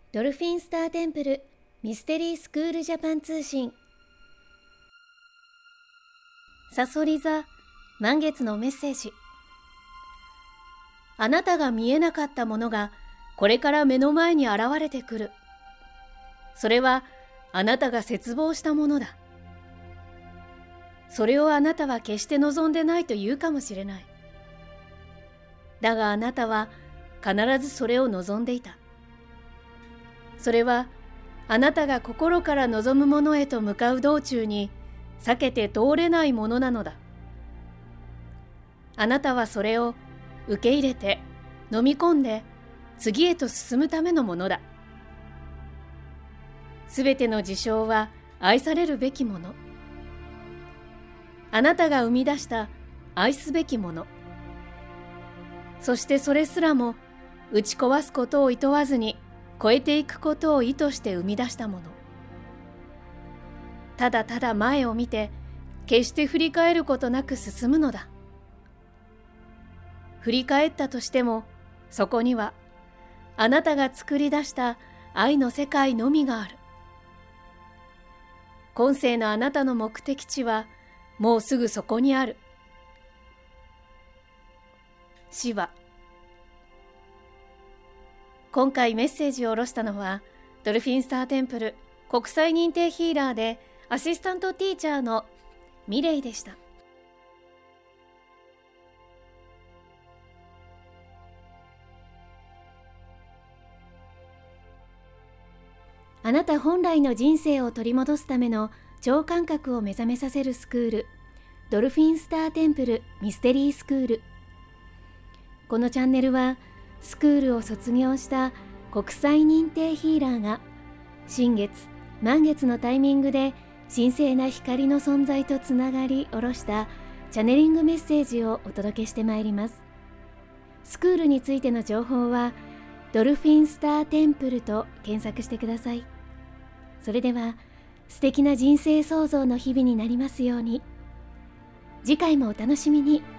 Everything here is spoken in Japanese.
ドルフィンスターテンプルミステリースクールジャパン通信。さそり座満月のメッセージ。あなたが見えなかったものがこれから目の前に現れてくる。それはあなたが切望したものだ。それをあなたは決して望んでないと言うかもしれない。だがあなたは必ずそれを望んでいた。それはあなたが心から望むものへと向かう道中に避けて通れないものなのだ。あなたはそれを受け入れて飲み込んで次へと進むためのものだ。すべての事象は愛されるべきもの。あなたが生み出した愛すべきもの。そしてそれすらも打ち壊すことを厭わずに超えていくことを意図して生み出したもの。ただただ前を見て決して振り返ることなく進むのだ。振り返ったとしてもそこにはあなたが作り出した愛の世界のみがある。今世のあなたの目的地はもうすぐそこにある。シヴァ。今回メッセージを下ろしたのはドルフィンスターテンプル国際認定ヒーラーでアシスタントティーチャーのミレイでした。あなた本来の人生を取り戻すための超感覚を目覚めさせるスクール、ドルフィンスターテンプルミステリースクール。このチャンネルはスクールを卒業した国際認定ヒーラーが新月満月のタイミングで神聖な光の存在とつながり下ろしたチャネリングメッセージをお届けしてまいります。スクールについての情報はドルフィンスターテンプルと検索してください。それでは素敵な人生創造の日々になりますように。次回もお楽しみに。